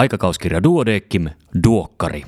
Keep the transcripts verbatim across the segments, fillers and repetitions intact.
Aikakauskirja Duodeckim, Duokkari.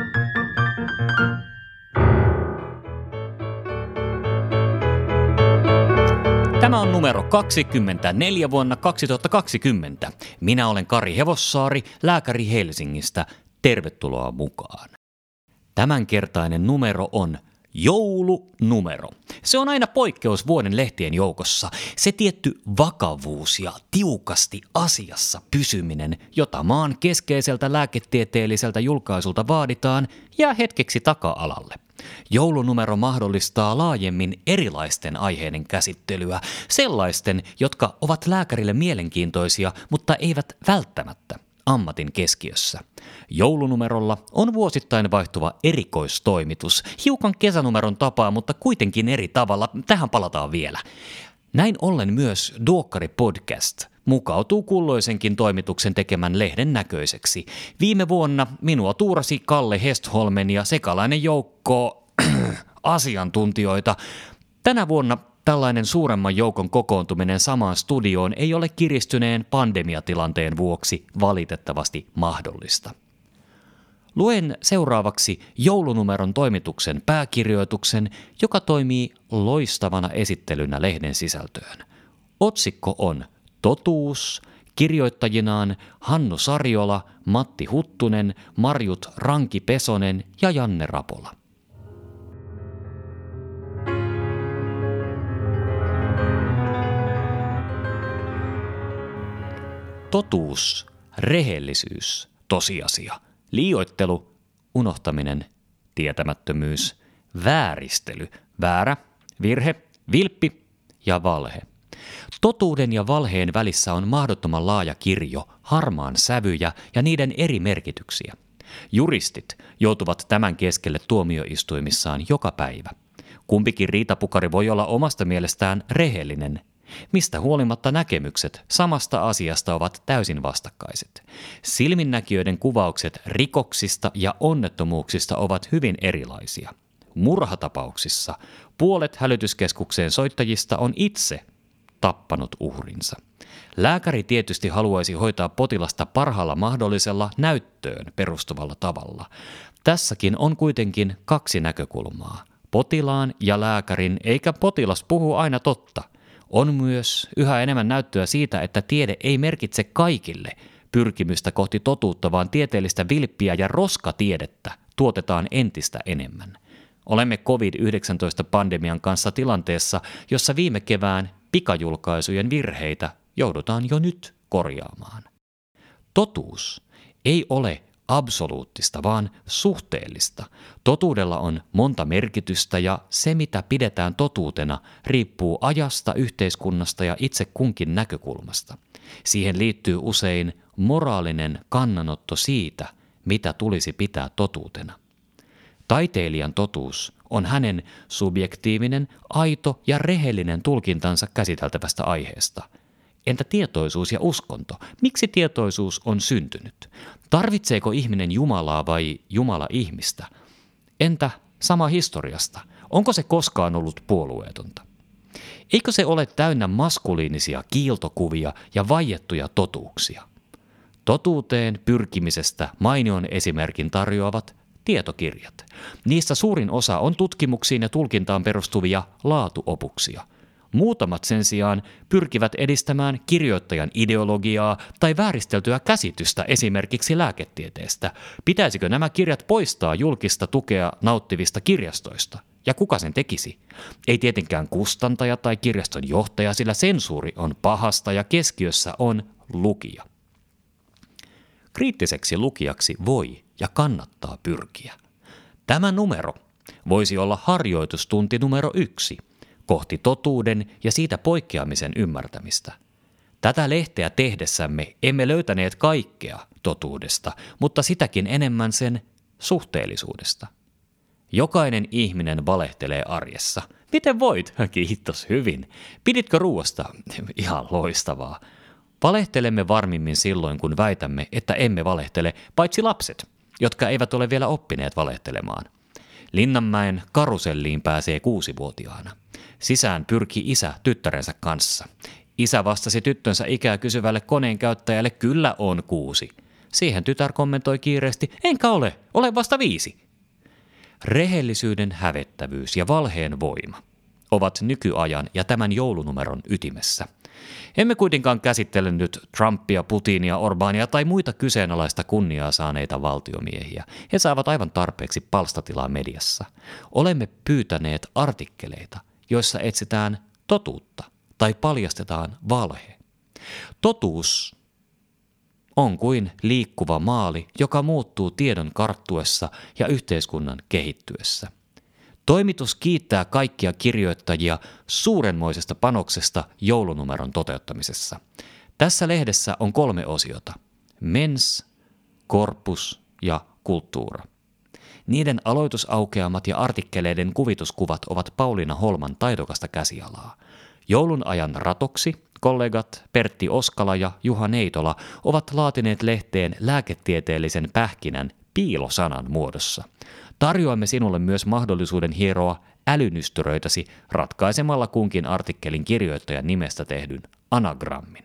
Tämä on numero kaksikymmentäneljä vuonna kaksituhattakaksikymmentä. Minä olen Kari Hevossaari, lääkäri Helsingistä. Tervetuloa mukaan. Tämänkertainen numero on joulunumero. Se on aina poikkeus vuoden lehtien joukossa. Se tietty vakavuus ja tiukasti asiassa pysyminen, jota maan keskeiseltä lääketieteelliseltä julkaisulta vaaditaan, jää hetkeksi taka-alalle. Joulunumero mahdollistaa laajemmin erilaisten aiheiden käsittelyä, sellaisten, jotka ovat lääkärille mielenkiintoisia, mutta eivät välttämättä ammatin keskiössä. Joulunumerolla on vuosittain vaihtuva erikoistoimitus, hiukan kesänumeron tapaa, mutta kuitenkin eri tavalla. Tähän palataan vielä. Näin ollen myös Duokkari-podcast mukautuu kulloisenkin toimituksen tekemän lehden näköiseksi. Viime vuonna minua tuurasi Kalle Hestholmen ja sekalainen joukko asiantuntijoita. Tänä vuonna tällainen suuremman joukon kokoontuminen samaan studioon ei ole kiristyneen pandemiatilanteen vuoksi valitettavasti mahdollista. Luen seuraavaksi joulunumeron toimituksen pääkirjoituksen, joka toimii loistavana esittelynä lehden sisältöön. Otsikko on Totuus, kirjoittajinaan Hannu Sariola, Matti Huttunen, Marjut Ranki-Pesonen ja Janne Rapola. Totuus, rehellisyys, tosiasia, liioittelu, unohtaminen, tietämättömyys, vääristely, väärä, virhe, vilppi ja valhe. Totuuden ja valheen välissä on mahdottoman laaja kirjo, harmaan sävyjä ja niiden eri merkityksiä. Juristit joutuvat tämän keskelle tuomioistuimissaan joka päivä. Kumpikin riitapukari voi olla omasta mielestään rehellinen, mistä huolimatta näkemykset samasta asiasta ovat täysin vastakkaiset. Silminnäkijöiden kuvaukset rikoksista ja onnettomuuksista ovat hyvin erilaisia. Murhatapauksissa puolet hälytyskeskukseen soittajista on itse tappanut uhrinsa. Lääkäri tietysti haluaisi hoitaa potilasta parhaalla mahdollisella näyttöön perustuvalla tavalla. Tässäkin on kuitenkin kaksi näkökulmaa. Potilaan ja lääkärin, eikä potilas puhu aina totta. On myös yhä enemmän näyttöä siitä, että tiede ei merkitse kaikille pyrkimystä kohti totuutta, vaan tieteellistä vilppiä ja roskatiedettä tuotetaan entistä enemmän. Olemme covid yhdeksäntoista-pandemian kanssa tilanteessa, jossa viime kevään pikajulkaisujen virheitä joudutaan jo nyt korjaamaan. Totuus ei ole absoluuttista, vaan suhteellista. Totuudella on monta merkitystä ja se, mitä pidetään totuutena, riippuu ajasta, yhteiskunnasta ja itse kunkin näkökulmasta. Siihen liittyy usein moraalinen kannanotto siitä, mitä tulisi pitää totuutena. Taiteilijan totuus on hänen subjektiivinen, aito ja rehellinen tulkintansa käsiteltävästä aiheesta. Entä tietoisuus ja uskonto? Miksi tietoisuus on syntynyt? Tarvitseeko ihminen Jumalaa vai Jumala ihmistä? Entä sama historiasta? Onko se koskaan ollut puolueetonta? Eikö se ole täynnä maskuliinisia kiiltokuvia ja vaiettuja totuuksia? Totuuteen pyrkimisestä mainion esimerkin tarjoavat tietokirjat. Niistä suurin osa on tutkimuksiin ja tulkintaan perustuvia laatuopuksia. Muutamat sen sijaan pyrkivät edistämään kirjoittajan ideologiaa tai vääristeltyä käsitystä esimerkiksi lääketieteestä. Pitäisikö nämä kirjat poistaa julkista tukea nauttivista kirjastoista? Ja kuka sen tekisi? Ei tietenkään kustantaja tai kirjaston johtaja, sillä sensuuri on pahasta ja keskiössä on lukija. Kriittiseksi lukijaksi voi ja kannattaa pyrkiä. Tämä numero voisi olla harjoitustunti numero yksi kohti totuuden ja siitä poikkeamisen ymmärtämistä. Tätä lehteä tehdessämme emme löytäneet kaikkea totuudesta, mutta sitäkin enemmän sen suhteellisuudesta. Jokainen ihminen valehtelee arjessa. Miten voit? Kiitos, hyvin. Piditkö ruuasta? Ihan loistavaa. Valehtelemme varmimmin silloin, kun väitämme, että emme valehtele, paitsi lapset, jotka eivät ole vielä oppineet valehtelemaan. Linnanmäen karuselliin pääsee kuusivuotiaana. Sisään pyrki isä tyttärensä kanssa. Isä vastasi tyttönsä ikää kysyvälle koneen käyttäjälle, kyllä on kuusi. Siihen tytär kommentoi kiireesti, enkä ole, olen vasta viisi. Rehellisyyden hävettävyys ja valheen voima ovat nykyajan ja tämän joulunumeron ytimessä. Emme kuitenkaan käsittele nyt Trumpia, Putinia, Orbania tai muita kyseenalaista kunniaa saaneita valtiomiehiä. He saavat aivan tarpeeksi palstatilaa mediassa. Olemme pyytäneet artikkeleita, joissa etsitään totuutta tai paljastetaan valhe. Totuus on kuin liikkuva maali, joka muuttuu tiedon karttuessa ja yhteiskunnan kehittyessä. Toimitus kiittää kaikkia kirjoittajia suurenmoisesta panoksesta joulunumeron toteuttamisessa. Tässä lehdessä on kolme osiota. Mens, Corpus ja Kulttuura. Niiden aloitusaukeamat ja artikkeleiden kuvituskuvat ovat Pauliina Holman taidokasta käsialaa. Joulun ajan ratoksi kollegat Pertti Oskala ja Juha Neitola ovat laatineet lehteen lääketieteellisen pähkinän piilosanan muodossa. Tarjoamme sinulle myös mahdollisuuden hieroa älynystyröitäsi ratkaisemalla kunkin artikkelin kirjoittajan nimestä tehdyn anagrammin.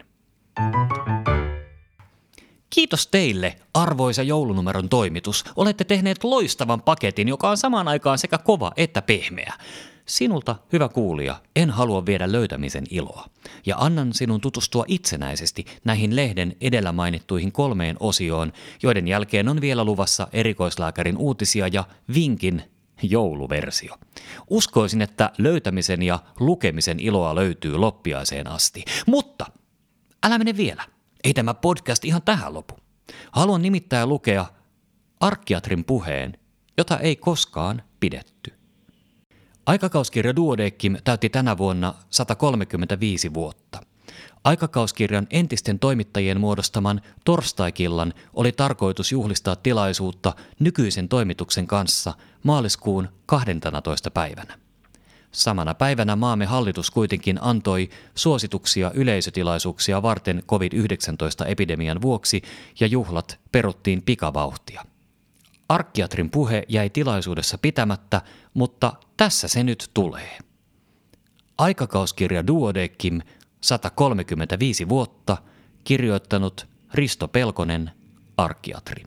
Kiitos teille, arvoisa joulunumeron toimitus. Olette tehneet loistavan paketin, joka on samaan aikaan sekä kova että pehmeä. Sinulta, hyvä kuulija, en halua viedä löytämisen iloa, ja annan sinun tutustua itsenäisesti näihin lehden edellä mainittuihin kolmeen osioon, joiden jälkeen on vielä luvassa erikoislääkärin uutisia ja vinkin jouluversio. Uskoisin, että löytämisen ja lukemisen iloa löytyy loppiaiseen asti, mutta älä mene vielä. Ei tämä podcast ihan tähän lopu. Haluan nimittäin lukea arkkiatrin puheen, jota ei koskaan pidetty. Aikakauskirja Duodeckim täytti tänä vuonna sata kolmekymmentäviisi vuotta. Aikakauskirjan entisten toimittajien muodostaman torstaikillan oli tarkoitus juhlistaa tilaisuutta nykyisen toimituksen kanssa maaliskuun kahdenteentoista päivänä. Samana päivänä maamme hallitus kuitenkin antoi suosituksia yleisötilaisuuksia varten covid yhdeksäntoista-epidemian vuoksi ja juhlat peruttiin pikavauhtia. Arkkiatrin puhe jäi tilaisuudessa pitämättä, mutta tässä se nyt tulee. Aikakauskirja Duodeckim, sata kolmekymmentäviisi vuotta, kirjoittanut Risto Pelkonen, arkkiatri.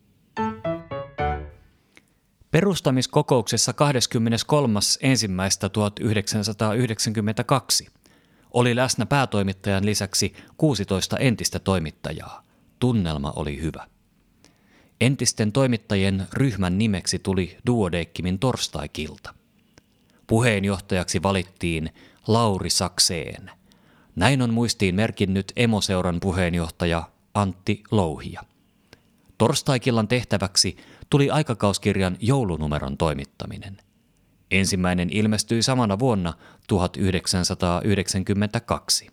Perustamiskokouksessa kahdeskymmeneskolmas ensimmäistä tuhatyhdeksänsataayhdeksänkymmentäkaksi oli läsnä päätoimittajan lisäksi kuusitoista entistä toimittajaa. Tunnelma oli hyvä. Entisten toimittajien ryhmän nimeksi tuli Duodeckimin torstaikilta. Puheenjohtajaksi valittiin Lauri Sakseen. Näin on muistiin merkinnyt Emoseuran puheenjohtaja Antti Louhia. Torstaikillan tehtäväksi tuli aikakauskirjan joulunumeron toimittaminen. Ensimmäinen ilmestyi samana vuonna tuhatyhdeksänsataayhdeksänkymmentäkaksi.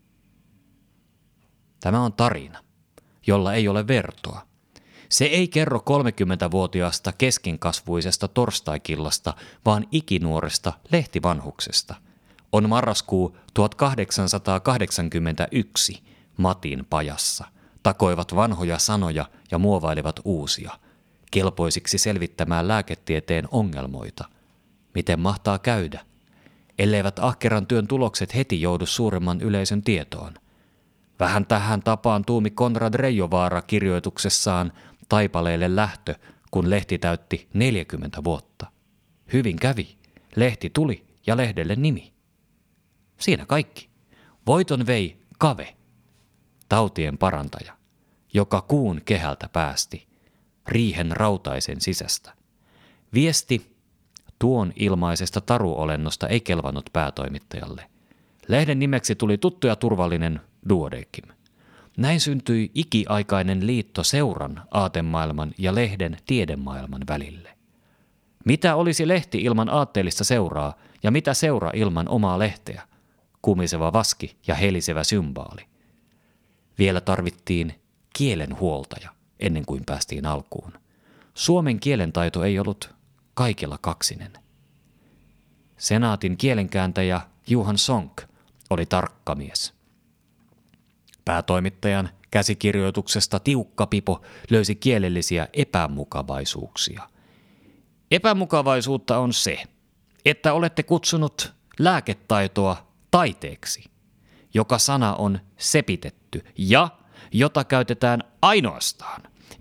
Tämä on tarina, jolla ei ole vertoa. Se ei kerro kolmekymmentävuotiaasta keskinkasvuisesta torstaikillasta, vaan ikinuoresta lehtivanhuksesta. On marraskuu tuhatkahdeksansataakahdeksankymmentäyksi Matin pajassa. Takoivat vanhoja sanoja ja muovailivat uusia, kelpoisiksi selvittämään lääketieteen ongelmoita. Miten mahtaa käydä, elleivät ahkeran työn tulokset heti joudu suuremman yleisön tietoon? Vähän tähän tapaan tuumi Konrad Reijovaara kirjoituksessaan Taipaleelle lähtö, kun lehti täytti neljäkymmentä vuotta. Hyvin kävi. Lehti tuli ja lehdelle nimi. Siinä kaikki. Voiton vei Kave, tautien parantaja, joka kuun kehältä päästi, riihen rautaisen sisästä. Viesti tuon ilmaisesta taruolennosta ei kelvannut päätoimittajalle. Lehden nimeksi tuli tuttu ja turvallinen Duodeckim. Näin syntyi ikiaikainen liitto seuran, aatemaailman ja lehden tiedemaailman välille. Mitä olisi lehti ilman aatteellista seuraa ja mitä seura ilman omaa lehteä? Kumiseva vaski ja helisevä symbaali. Vielä tarvittiin kielenhuoltaja ennen kuin päästiin alkuun. Suomen kielentaito ei ollut kaikilla kaksinen. Senaatin kielenkääntäjä Johan Sonck oli tarkka mies. Päätoimittajan käsikirjoituksesta tiukka pipo löysi kielellisiä epämukavaisuuksia. Epämukavaisuutta on se, että olette kutsunut lääketaitoa taiteeksi, joka sana on sepitetty ja jota käytetään ainoastaan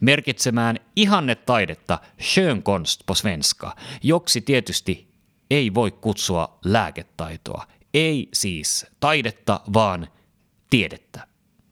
merkitsemään ihannetaidetta Schönkonst på svenska, joksi tietysti ei voi kutsua lääketaitoa. Ei siis taidetta, vaan tiedettä.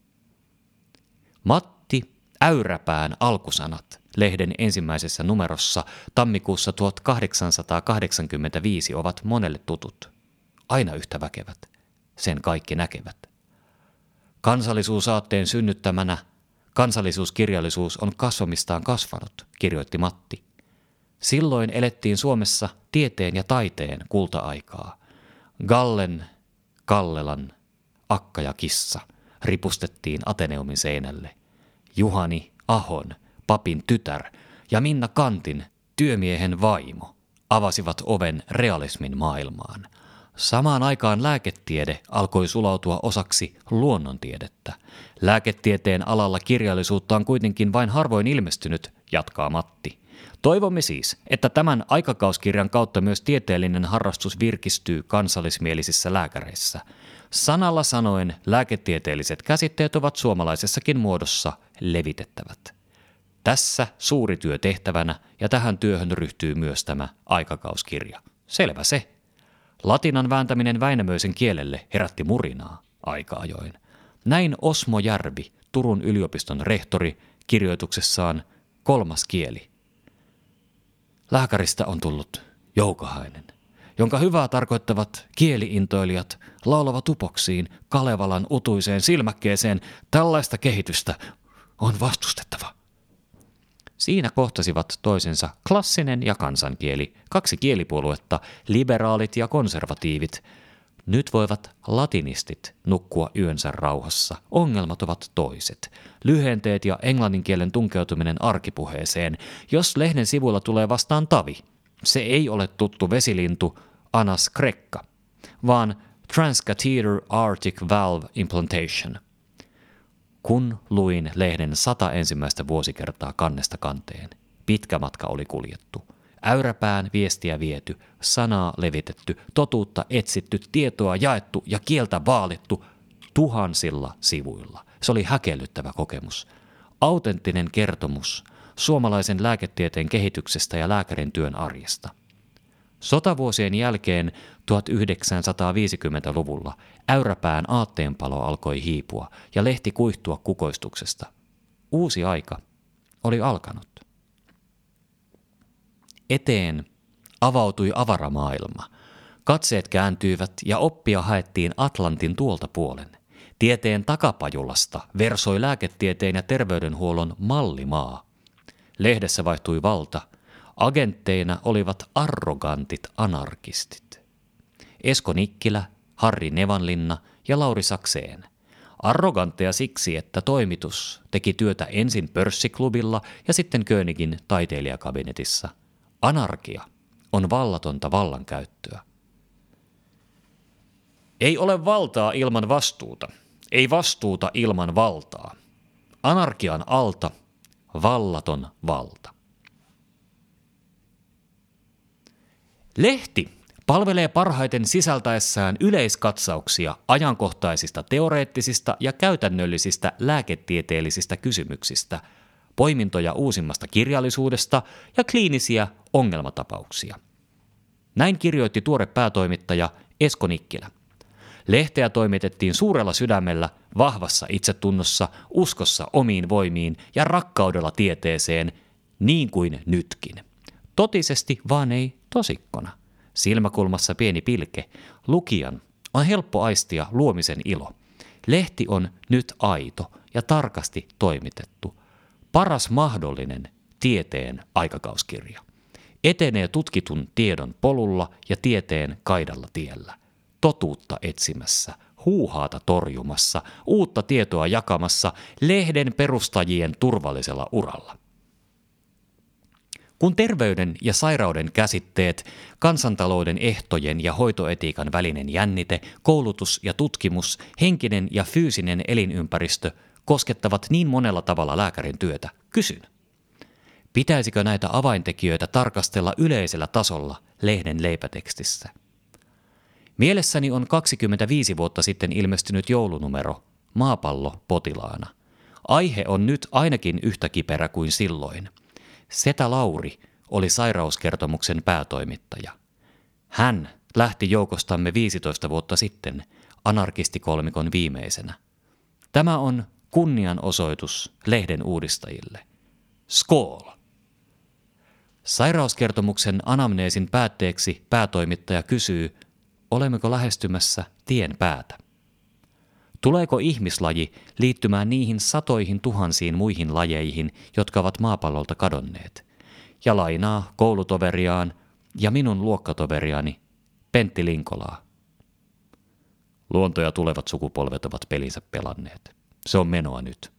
Matti Äyräpään alkusanat lehden ensimmäisessä numerossa tammikuussa tuhatkahdeksansataakahdeksankymmentäviisi ovat monelle tutut. Aina yhtä väkevät. Sen kaikki näkevät. Kansallisuusaatteen synnyttämänä kansallisuuskirjallisuus on kasvamistaan kasvanut, kirjoitti Matti. Silloin elettiin Suomessa tieteen ja taiteen kulta-aikaa. Gallen, Kallelan, Akka ja kissa ripustettiin Ateneumin seinälle. Juhani Ahon, papin tytär, ja Minna Kantin, työmiehen vaimo, avasivat oven realismin maailmaan. Samaan aikaan lääketiede alkoi sulautua osaksi luonnontiedettä. Lääketieteen alalla kirjallisuutta on kuitenkin vain harvoin ilmestynyt, jatkaa Matti. Toivomme siis, että tämän aikakauskirjan kautta myös tieteellinen harrastus virkistyy kansallismielisissä lääkäreissä. Sanalla sanoen lääketieteelliset käsitteet ovat suomalaisessakin muodossa levitettävät. Tässä suuri työ tehtävänä ja tähän työhön ryhtyy myös tämä aikakauskirja. Selvä se. Latinan vääntäminen Väinämöisen kielelle herätti murinaa aika ajoin. Näin Osmo Järvi, Turun yliopiston rehtori, kirjoituksessaan Kolmas kieli. Lääkäristä on tullut Joukahainen, jonka hyvää tarkoittavat kieliintoilijat laulavat upoksiin Kalevalan utuiseen silmäkkeeseen. Tällaista kehitystä on vastustettava. Siinä kohtasivat toisensa klassinen ja kansankieli, kaksi kielipuoluetta, liberaalit ja konservatiivit. Nyt voivat latinistit nukkua yönsä rauhassa. Ongelmat ovat toiset. Lyhenteet ja englannin kielen tunkeutuminen arkipuheeseen. Jos lehden sivuilla tulee vastaan tavi, se ei ole tuttu vesilintu Anas crecca, vaan Transcatheter Aortic Valve Implantation. Kun luin lehden sata ensimmäistä vuosikertaa kannesta kanteen, pitkä matka oli kuljettu. Äyräpään viestiä viety, sanaa levitetty, totuutta etsitty, tietoa jaettu ja kieltä vaalittu tuhansilla sivuilla. Se oli häkellyttävä kokemus. Autenttinen kertomus suomalaisen lääketieteen kehityksestä ja lääkärin työn arjesta. Sotavuosien jälkeen tuhatyhdeksänsataaviisikymmentäluvulla Äyräpään aatteenpalo alkoi hiipua ja lehti kuihtua kukoistuksesta. Uusi aika oli alkanut. Eteen avautui avaramaailma. Katseet kääntyivät ja oppia haettiin Atlantin tuolta puolen. Tieteen takapajulasta versoi lääketieteen ja terveydenhuollon mallimaa. Lehdessä vaihtui valta. Agentteina olivat arrogantit anarkistit. Esko Nikkilä, Harri Nevanlinna ja Lauri Sakseen. Arrogantteja siksi, että toimitus teki työtä ensin pörssiklubilla ja sitten Königin taiteilijakabinetissa. Anarkia on vallatonta vallankäyttöä. Ei ole valtaa ilman vastuuta, ei vastuuta ilman valtaa. Anarkian alta vallaton valta. Lehti palvelee parhaiten sisältäessään yleiskatsauksia ajankohtaisista teoreettisista ja käytännöllisistä lääketieteellisistä kysymyksistä, poimintoja uusimmasta kirjallisuudesta ja kliinisiä ongelmatapauksia. Näin kirjoitti tuore päätoimittaja Esko Nikkilä. Lehteä toimitettiin suurella sydämellä, vahvassa itsetunnossa, uskossa omiin voimiin ja rakkaudella tieteeseen, niin kuin nytkin. Totisesti, vaan ei tosikkona. Silmäkulmassa pieni pilke. Lukijan on helppo aistia luomisen ilo. Lehti on nyt aito ja tarkasti toimitettu. Paras mahdollinen tieteen aikakauskirja. Etenee tutkitun tiedon polulla ja tieteen kaidalla tiellä. Totuutta etsimässä, huuhaata torjumassa, uutta tietoa jakamassa, lehden perustajien turvallisella uralla. Kun terveyden ja sairauden käsitteet, kansantalouden ehtojen ja hoitoetiikan välinen jännite, koulutus ja tutkimus, henkinen ja fyysinen elinympäristö koskettavat niin monella tavalla lääkärin työtä, kysyn. Pitäisikö näitä avaintekijöitä tarkastella yleisellä tasolla lehden leipätekstissä? Mielessäni on kaksikymmentäviisi vuotta sitten ilmestynyt joulunumero Maapallo potilaana. Aihe on nyt ainakin yhtä kiperä kuin silloin. Setä Lauri oli sairauskertomuksen päätoimittaja. Hän lähti joukostamme viisitoista vuotta sitten anarkistikolmikon viimeisenä. Tämä on kunnianosoitus lehden uudistajille. Skål! Sairauskertomuksen anamneesin päätteeksi päätoimittaja kysyy, olemmeko lähestymässä tien päätä. Tuleeko ihmislaji liittymään niihin satoihin tuhansiin muihin lajeihin, jotka ovat maapallolta kadonneet? Ja lainaa koulutoveriaan ja minun luokkatoveriani Pentti Linkolaa. Luonto ja tulevat sukupolvet ovat pelinsä pelanneet. Se on menoa nyt.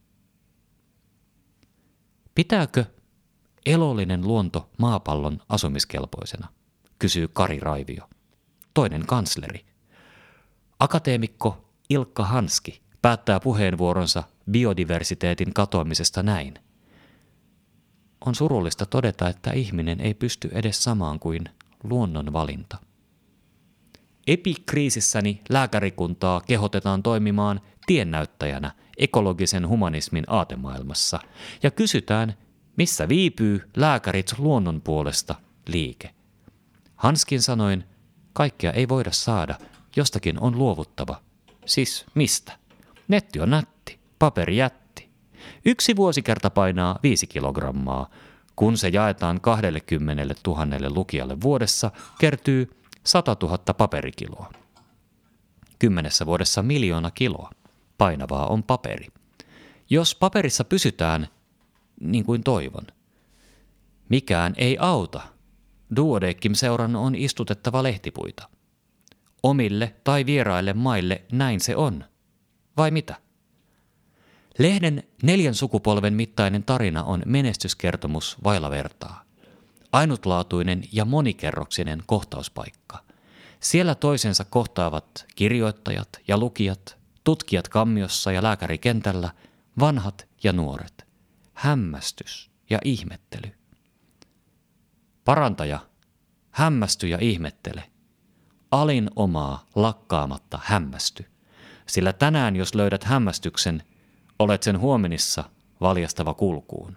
Pitääkö elollinen luonto maapallon asumiskelpoisena, kysyy Kari Raivio, toinen kansleri. Akateemikko Ilkka Hanski päättää puheenvuoronsa biodiversiteetin katoamisesta näin. On surullista todeta, että ihminen ei pysty edes samaan kuin luonnon valinta. Epikriisissäni lääkärikuntaa kehotetaan toimimaan tiennäyttäjänä ekologisen humanismin aatemaailmassa ja kysytään, missä viipyy lääkärit luonnon puolesta liike. Hanskin sanoin, kaikkea ei voida saada, jostakin on luovuttava. Siis mistä? Netti on nätti, paperi jätti. Yksi vuosikerta painaa viisi kilogrammaa. Kun se jaetaan kaksikymmentä tuhatta lukijalle vuodessa, kertyy sata tuhatta paperikiloa. Kymmenessä vuodessa miljoona kiloa. Painavaa on paperi. Jos paperissa pysytään, niin kuin toivon, mikään ei auta. Duodeckim-seuran on istutettava lehtipuita. Omille tai vieraille maille näin se on. Vai mitä? Lehden neljän sukupolven mittainen tarina on menestyskertomus vailla vertaa. Ainutlaatuinen ja monikerroksinen kohtauspaikka. Siellä toisensa kohtaavat kirjoittajat ja lukijat, tutkijat kammiossa ja lääkärikentällä, vanhat ja nuoret. Hämmästys ja ihmettely. Parantaja, hämmästy ja ihmettele. Alin omaa lakkaamatta hämmästy. Sillä tänään jos löydät hämmästyksen, olet sen huomenissa valjastava kulkuun.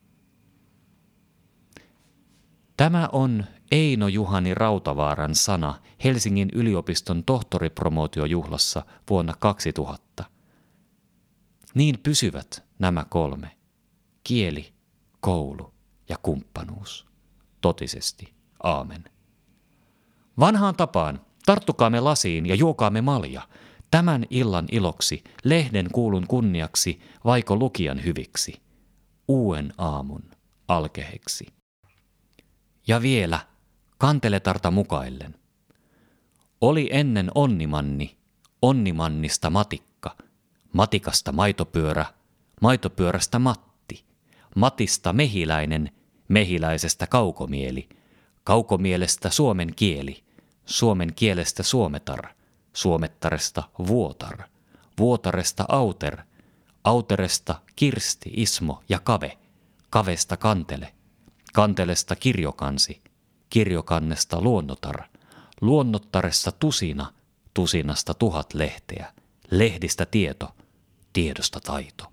Tämä on Eino Juhani Rautavaaran sana Helsingin yliopiston tohtoripromootiojuhlassa vuonna kaksituhatta. Niin pysyvät nämä kolme. Kieli, koulu ja kumppanuus. Totisesti. Aamen. Vanhaan tapaan tarttukaamme lasiin ja juokaamme malja. Tämän illan iloksi, lehden kuulun kunniaksi, vaiko lukijan hyviksi. Uuden aamun alkeheksi. Ja vielä, kanteletarta mukaillen. Oli ennen onnimanni, onnimannista matikka, matikasta maitopyörä, maitopyörästä Matti, Matista mehiläinen, mehiläisestä kaukomieli, kaukomielestä suomen kieli, suomen kielestä suometar, suomettaresta vuotar, vuotaresta auter, auteresta kirsti, ismo ja kave, kavesta kantele, kantelesta kirjokansi, kirjokannesta luonnotar, luonnottaresta tusina, tusinasta tuhat lehteä, lehdistä tieto, tiedosta taito.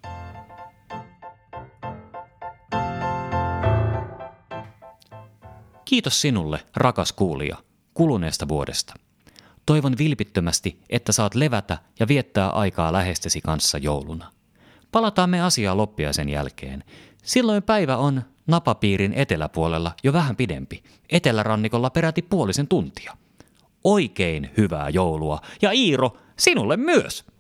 Kiitos sinulle, rakas kuulija, kuluneesta vuodesta. Toivon vilpittömästi, että saat levätä ja viettää aikaa lähestesi kanssa jouluna. Palataan me asiaa loppiaisen jälkeen. Silloin päivä on napapiirin eteläpuolella jo vähän pidempi, etelärannikolla peräti puolisen tuntia. Oikein hyvää joulua ja Iiro, sinulle myös!